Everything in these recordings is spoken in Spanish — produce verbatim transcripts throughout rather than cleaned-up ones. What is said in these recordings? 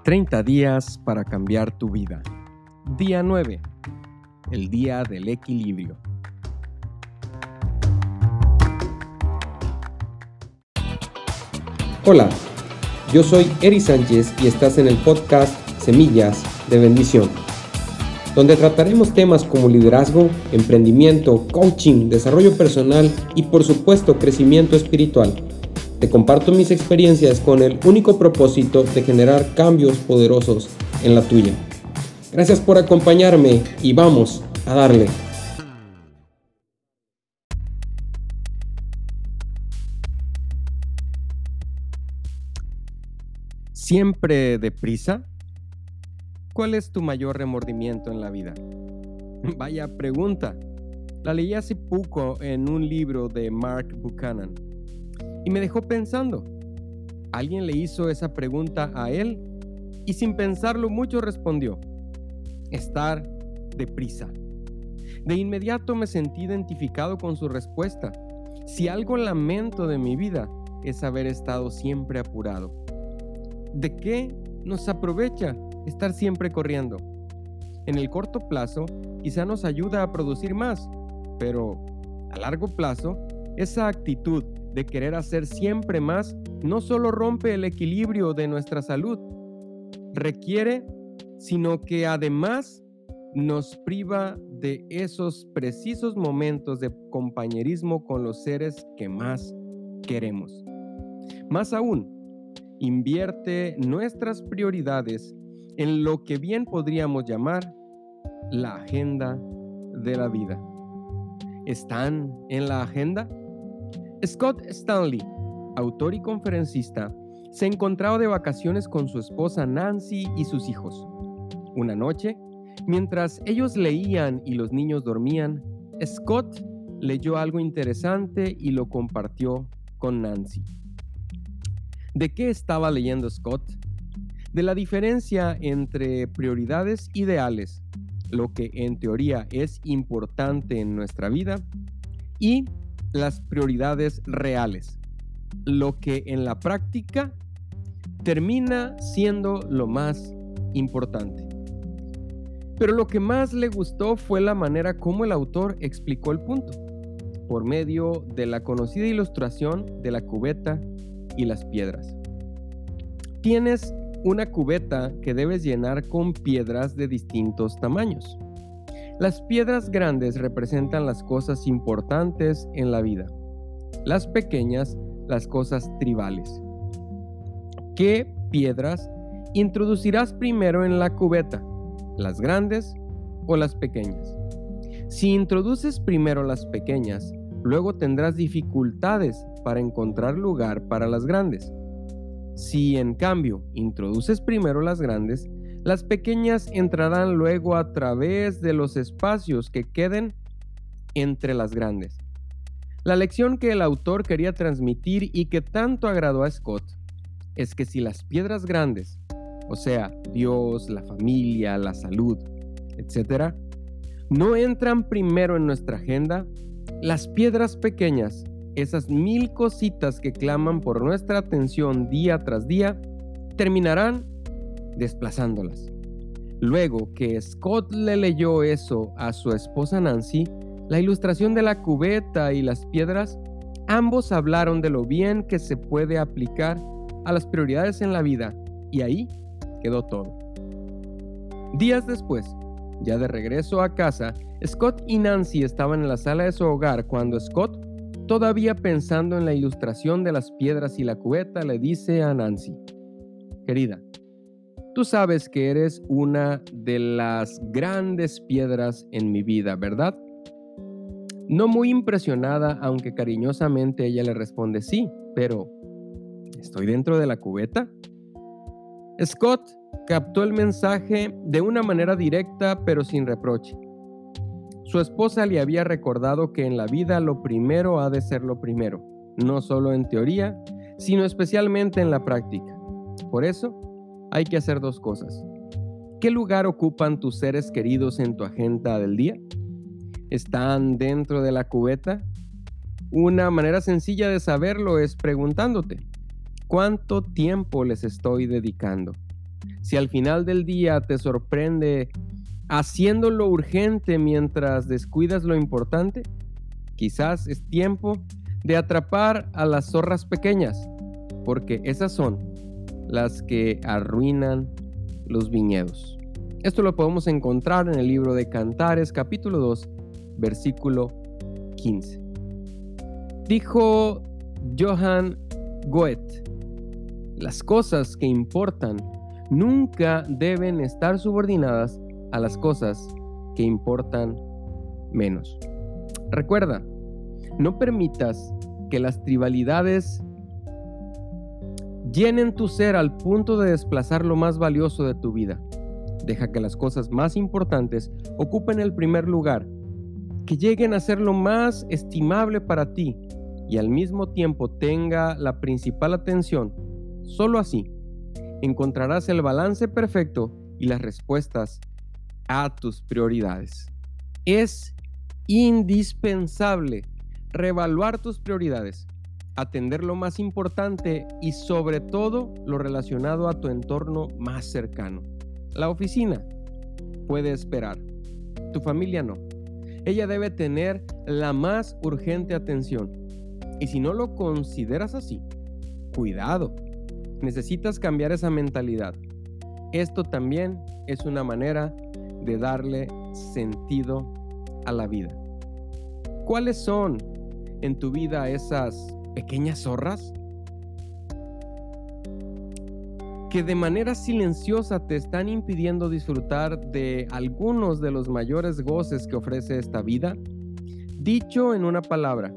treinta días para cambiar tu vida. Día nueve. El día del equilibrio. Hola, yo soy Eri Sánchez y estás en el podcast Semillas de Bendición, donde trataremos temas como liderazgo, emprendimiento, coaching, desarrollo personal y por supuesto crecimiento espiritual. Te comparto mis experiencias con el único propósito de generar cambios poderosos en la tuya. Gracias por acompañarme y vamos a darle. ¿Siempre deprisa? ¿Cuál es tu mayor remordimiento en la vida? Vaya pregunta. La leí hace poco en un libro de Mark Buchanan y me dejó pensando. Alguien le hizo esa pregunta a él y sin pensarlo mucho respondió: estar deprisa. De inmediato me sentí identificado con su respuesta. Si algo lamento de mi vida es haber estado siempre apurado. ¿De qué nos aprovecha estar siempre corriendo? En el corto plazo, quizá nos ayuda a producir más, pero a largo plazo, esa actitud de querer hacer siempre más no solo rompe el equilibrio de nuestra salud, requiere, sino que además nos priva de esos precisos momentos de compañerismo con los seres que más queremos. Más aún, invierte nuestras prioridades en lo que bien podríamos llamar la agenda de la vida. ¿Están en la agenda? Scott Stanley, autor y conferencista, se encontraba de vacaciones con su esposa Nancy y sus hijos. Una noche, mientras ellos leían y los niños dormían, Scott leyó algo interesante y lo compartió con Nancy. ¿De qué estaba leyendo Scott? De la diferencia entre prioridades ideales, lo que en teoría es importante en nuestra vida, y las prioridades reales, lo que en la práctica termina siendo lo más importante. Pero lo que más le gustó fue la manera como el autor explicó el punto, por medio de la conocida ilustración de la cubeta y las piedras. Tienes una cubeta que debes llenar con piedras de distintos tamaños. Las piedras grandes representan las cosas importantes en la vida, las pequeñas, las cosas tribales. ¿Qué piedras introducirás primero en la cubeta? ¿Las grandes o las pequeñas? Si introduces primero las pequeñas, luego tendrás dificultades para encontrar lugar para las grandes. Si en cambio introduces primero las grandes, las pequeñas entrarán luego a través de los espacios que queden entre las grandes. La lección que el autor quería transmitir y que tanto agradó a Scott es que si las piedras grandes, o sea, Dios, la familia, la salud, etcétera, no entran primero en nuestra agenda, las piedras pequeñas, esas mil cositas que claman por nuestra atención día tras día, terminarán desplazándolas. Luego que Scott le leyó eso a su esposa Nancy, la ilustración de la cubeta y las piedras, ambos hablaron de lo bien que se puede aplicar a las prioridades en la vida, y ahí quedó todo. Días después, ya de regreso a casa, Scott y Nancy estaban en la sala de su hogar cuando Scott, todavía pensando en la ilustración de las piedras y la cubeta, le dice a Nancy: querida, tú sabes que eres una de las grandes piedras en mi vida, ¿verdad? No muy impresionada, aunque cariñosamente ella le responde: sí, pero ¿estoy dentro de la cubeta? Scott captó el mensaje de una manera directa pero sin reproche. Su esposa le había recordado que en la vida lo primero ha de ser lo primero, no solo en teoría, sino especialmente en la práctica. Por eso, hay que hacer dos cosas. ¿Qué lugar ocupan tus seres queridos en tu agenda del día? ¿Están dentro de la cubeta? Una manera sencilla de saberlo es preguntándote: ¿cuánto tiempo les estoy dedicando? Si al final del día te sorprende haciendo lo urgente mientras descuidas lo importante, quizás es tiempo de atrapar a las zorras pequeñas, porque esas son las que arruinan los viñedos. Esto lo podemos encontrar en el libro de Cantares, capítulo dos, versículo quince. Dijo Johann Goethe: las cosas que importan nunca deben estar subordinadas a las cosas que importan menos. Recuerda, no permitas que las trivialidades llenen tu ser al punto de desplazar lo más valioso de tu vida. Deja que las cosas más importantes ocupen el primer lugar, que lleguen a ser lo más estimable para ti y al mismo tiempo tenga la principal atención. Solo así encontrarás el balance perfecto y las respuestas a tus prioridades. Es indispensable reevaluar tus prioridades, atender lo más importante y sobre todo lo relacionado a tu entorno más cercano. La oficina puede esperar, tu familia no. Ella debe tener la más urgente atención. Y si no lo consideras así, cuidado, necesitas cambiar esa mentalidad. Esto también es una manera de darle sentido a la vida. ¿Cuáles son en tu vida esas pequeñas zorras que de manera silenciosa te están impidiendo disfrutar de algunos de los mayores goces que ofrece esta vida? Dicho en una palabra,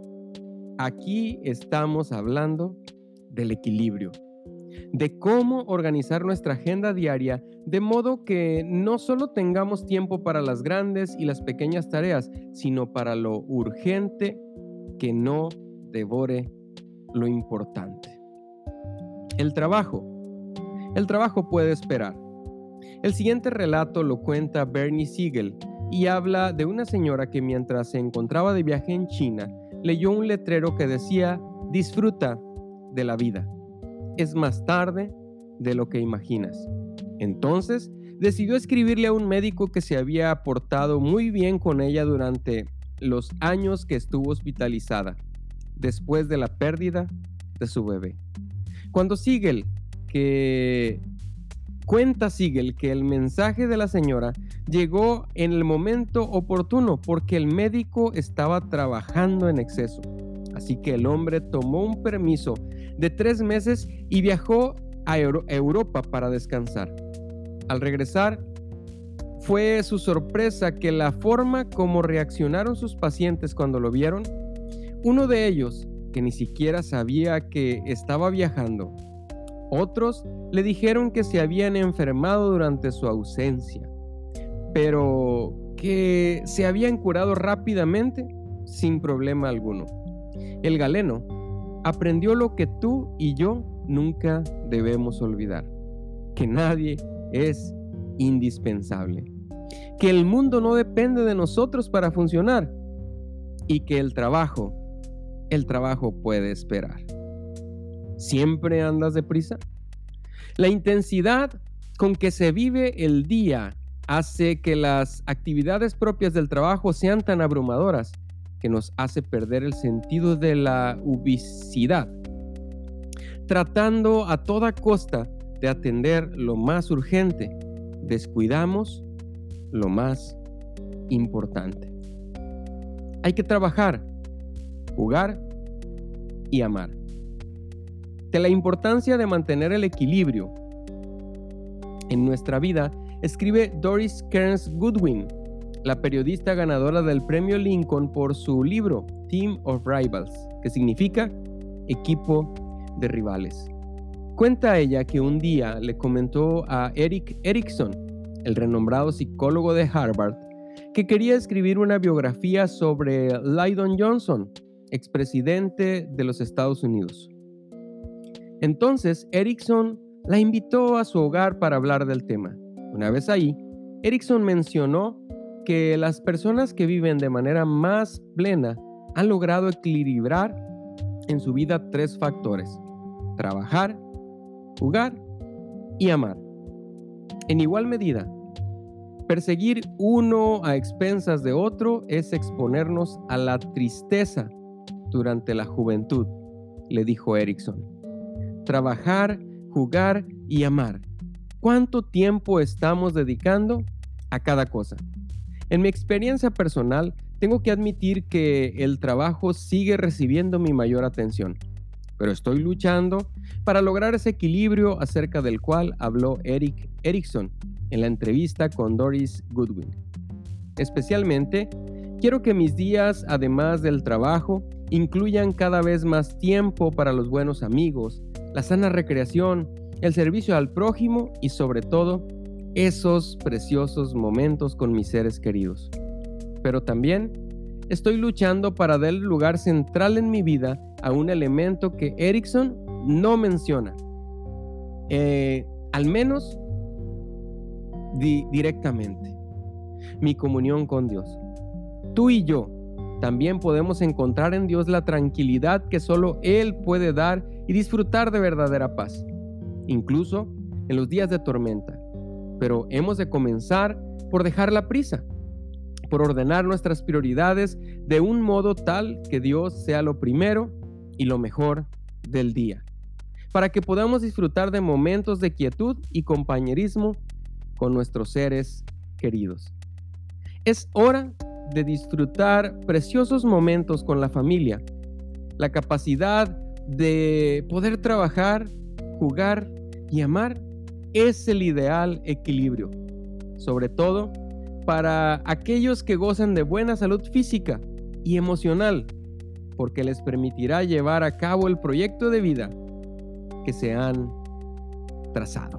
aquí estamos hablando del equilibrio, de cómo organizar nuestra agenda diaria de modo que no solo tengamos tiempo para las grandes y las pequeñas tareas, sino para lo urgente que no devore lo importante. El trabajo. El trabajo puede esperar. El siguiente relato lo cuenta Bernie Siegel y habla de una señora que mientras se encontraba de viaje en China, leyó un letrero que decía: disfruta de la vida. Es más tarde de lo que imaginas. Entonces, decidió escribirle a un médico que se había portado muy bien con ella durante los años que estuvo hospitalizada, después de la pérdida de su bebé. Cuando Siegel, que cuenta Siegel que el mensaje de la señora llegó en el momento oportuno porque el médico estaba trabajando en exceso. Así que el hombre tomó un permiso de tres meses y viajó a Euro- Europa para descansar. Al regresar, fue su sorpresa que la forma como reaccionaron sus pacientes cuando lo vieron, uno de ellos, que ni siquiera sabía que estaba viajando, otros le dijeron que se habían enfermado durante su ausencia, pero que se habían curado rápidamente sin problema alguno. El galeno aprendió lo que tú y yo nunca debemos olvidar: que nadie es indispensable, que el mundo no depende de nosotros para funcionar y que el trabajo, el trabajo puede esperar. ¿Siempre andas deprisa? La intensidad con que se vive el día hace que las actividades propias del trabajo sean tan abrumadoras que nos hace perder el sentido de la ubicidad, tratando a toda costa de atender lo más urgente. Descuidamos lo más importante. Hay que trabajar, jugar y amar. De la importancia de mantener el equilibrio en nuestra vida, escribe Doris Kearns Goodwin, la periodista ganadora del premio Lincoln por su libro Team of Rivals, que significa equipo de rivales. Cuenta ella que un día le comentó a Erik Erikson, el renombrado psicólogo de Harvard, que quería escribir una biografía sobre Lyndon Johnson, expresidente de los Estados Unidos. Entonces, Erikson la invitó a su hogar para hablar del tema. Una vez ahí, Erikson mencionó que las personas que viven de manera más plena han logrado equilibrar en su vida tres factores: trabajar, jugar y amar. En igual medida, perseguir uno a expensas de otro es exponernos a la tristeza durante la juventud, le dijo Erickson. Trabajar, jugar y amar. ¿Cuánto tiempo estamos dedicando a cada cosa? En mi experiencia personal, tengo que admitir que el trabajo sigue recibiendo mi mayor atención, pero estoy luchando para lograr ese equilibrio acerca del cual habló Erik Erikson en la entrevista con Doris Goodwin. Especialmente, quiero que mis días, además del trabajo, incluyan cada vez más tiempo para los buenos amigos, la sana recreación, el servicio al prójimo y sobre todo, esos preciosos momentos con mis seres queridos. Pero también estoy luchando para dar lugar central en mi vida a un elemento que Erickson no menciona, eh, al menos di- directamente, mi comunión con Dios. Tú y yo también podemos encontrar en Dios la tranquilidad que solo Él puede dar y disfrutar de verdadera paz, incluso en los días de tormenta. Pero hemos de comenzar por dejar la prisa, por ordenar nuestras prioridades de un modo tal que Dios sea lo primero y lo mejor del día, para que podamos disfrutar de momentos de quietud y compañerismo con nuestros seres queridos. Es hora de disfrutar preciosos momentos con la familia, la capacidad de poder trabajar, jugar y amar es el ideal equilibrio, sobre todo para aquellos que gozan de buena salud física y emocional, porque les permitirá llevar a cabo el proyecto de vida que se han trazado.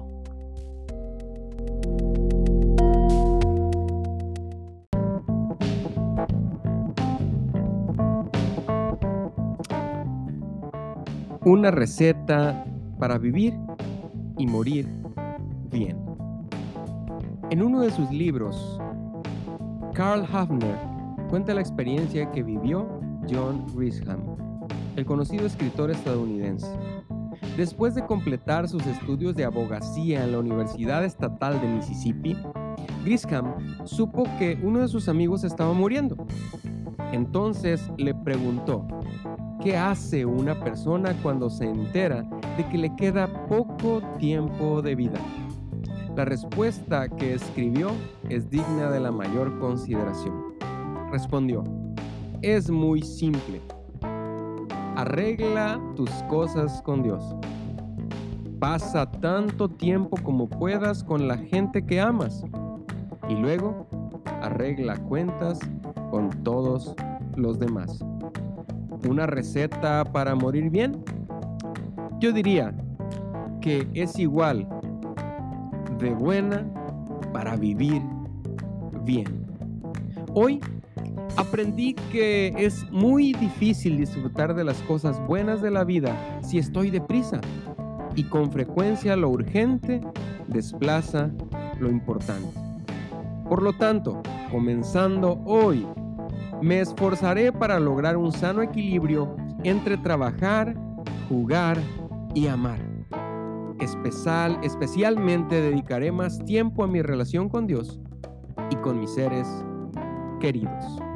Una receta para vivir y morir bien. En uno de sus libros, Karl Hafner cuenta la experiencia que vivió John Grisham, el conocido escritor estadounidense. Después de completar sus estudios de abogacía en la Universidad Estatal de Mississippi, Grisham supo que uno de sus amigos estaba muriendo. Entonces le preguntó, ¿qué hace una persona cuando se entera de que le queda poco tiempo de vida? La respuesta que escribió es digna de la mayor consideración. Respondió, es muy simple. Arregla tus cosas con Dios. Pasa tanto tiempo como puedas con la gente que amas. Y luego, arregla cuentas con todos los demás. ¿Una receta para morir bien? Yo diría que es igual de buena para vivir bien. Hoy aprendí que es muy difícil disfrutar de las cosas buenas de la vida si estoy deprisa, y con frecuencia lo urgente desplaza lo importante. Por lo tanto, comenzando hoy, me esforzaré para lograr un sano equilibrio entre trabajar, jugar y amar. Especial, especialmente dedicaré más tiempo a mi relación con Dios y con mis seres queridos.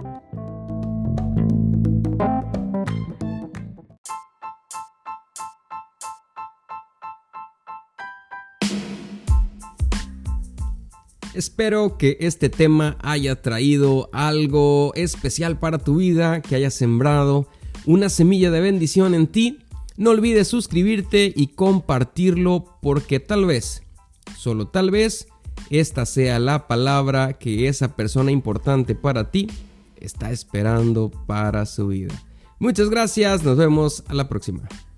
Espero que este tema haya traído algo especial para tu vida, que haya sembrado una semilla de bendición en ti. No olvides suscribirte y compartirlo, porque tal vez, solo tal vez, esta sea la palabra que esa persona importante para ti está esperando para su vida. Muchas gracias, nos vemos a la próxima.